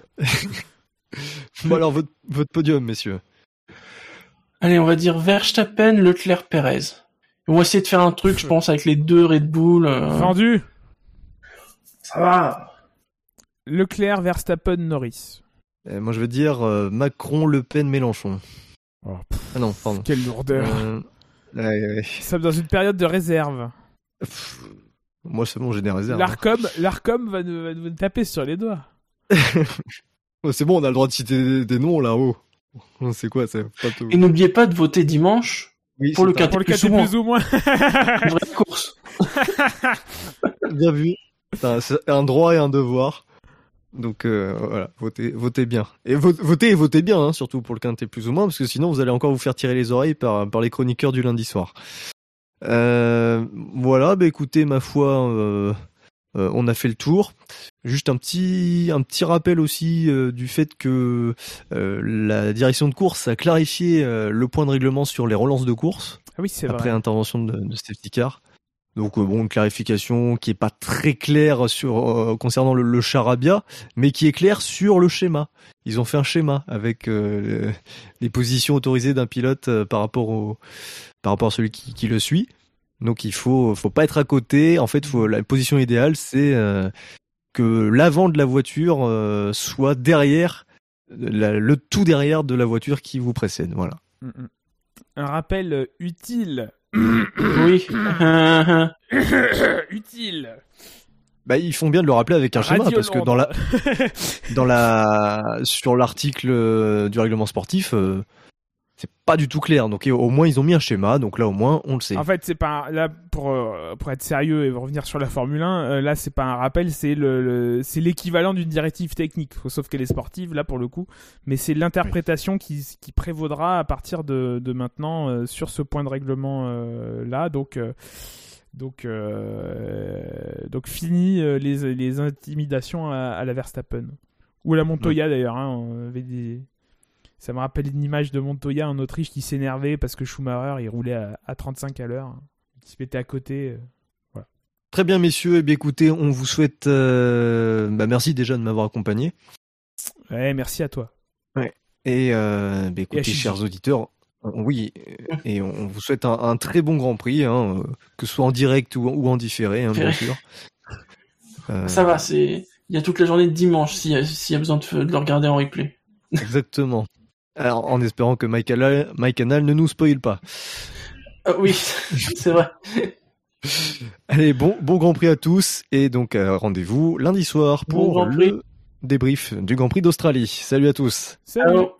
Bon alors, votre podium, messieurs. Allez, on va dire Verstappen, Leclerc, Perez. On va essayer de faire un truc, je pense, avec les 2 Red Bull. Vendu. Ça va. Leclerc, Verstappen, Norris. Moi, je veux dire Macron, Le Pen, Mélenchon. Oh, ah non, pardon. Quelle lourdeur. Ouais. Nous sommes dans une période de réserve. Moi, c'est bon, j'ai des réserves. L'Arcom va nous taper sur les doigts. C'est bon, on a le droit de citer des noms là-haut. C'est quoi, c'est pas tout. Et n'oubliez pas de voter dimanche pour le quintet plus ou moins. Une vraie course. Bien vu. C'est un droit et un devoir. Donc voilà, votez bien. Et votez bien, hein, surtout pour le quintet plus ou moins, parce que sinon vous allez encore vous faire tirer les oreilles par les chroniqueurs du lundi soir. Voilà, écoutez, ma foi, on a fait le tour. Juste un petit rappel aussi du fait que la direction de course a clarifié le point de règlement sur les relances de course. Ah oui, c'est après vrai. intervention de safety car. Donc une clarification qui est pas très claire concernant le charabia, mais qui est claire sur le schéma. Ils ont fait un schéma avec les positions autorisées d'un pilote par rapport à celui qui le suit. Donc il faut pas être à côté. En fait, la position idéale, c'est que l'avant de la voiture soit derrière, le tout derrière de la voiture qui vous précède. Voilà. Un rappel utile. Oui. Utile. Ils font bien de le rappeler avec un schéma, parce que sur l'article du règlement sportif, c'est pas du tout clair. Donc au moins ils ont mis un schéma, donc là au moins on le sait. En fait, c'est pas là pour être sérieux et revenir sur la Formule 1, là c'est pas un rappel, c'est c'est l'équivalent d'une directive technique, sauf qu'elle est sportive là pour le coup, mais c'est l'interprétation qui prévaudra à partir de maintenant sur ce point de règlement là. Donc fini les intimidations à la Verstappen ou à la Montoya d'ailleurs. Hein, on avait ça me rappelle une image de Montoya en Autriche qui s'énervait parce que Schumacher il roulait à 35 à l'heure, il se mettait à côté. Voilà. Très bien messieurs, écoutez, on vous souhaite merci déjà de m'avoir accompagné. Ouais, merci à toi. Ouais. Et écoutez, chers auditeurs, oui, et on vous souhaite un très bon Grand Prix, hein, que ce soit en direct ou en différé, hein, bien sûr. Ça va, il y a toute la journée de dimanche s'il y a besoin de le regarder en replay. Exactement. Alors, en espérant que Mike Canal ne nous spoile pas. Oui, c'est vrai. Allez, bon Grand Prix à tous, et donc rendez-vous lundi soir pour le débrief du Grand Prix d'Australie. Salut à tous. Salut.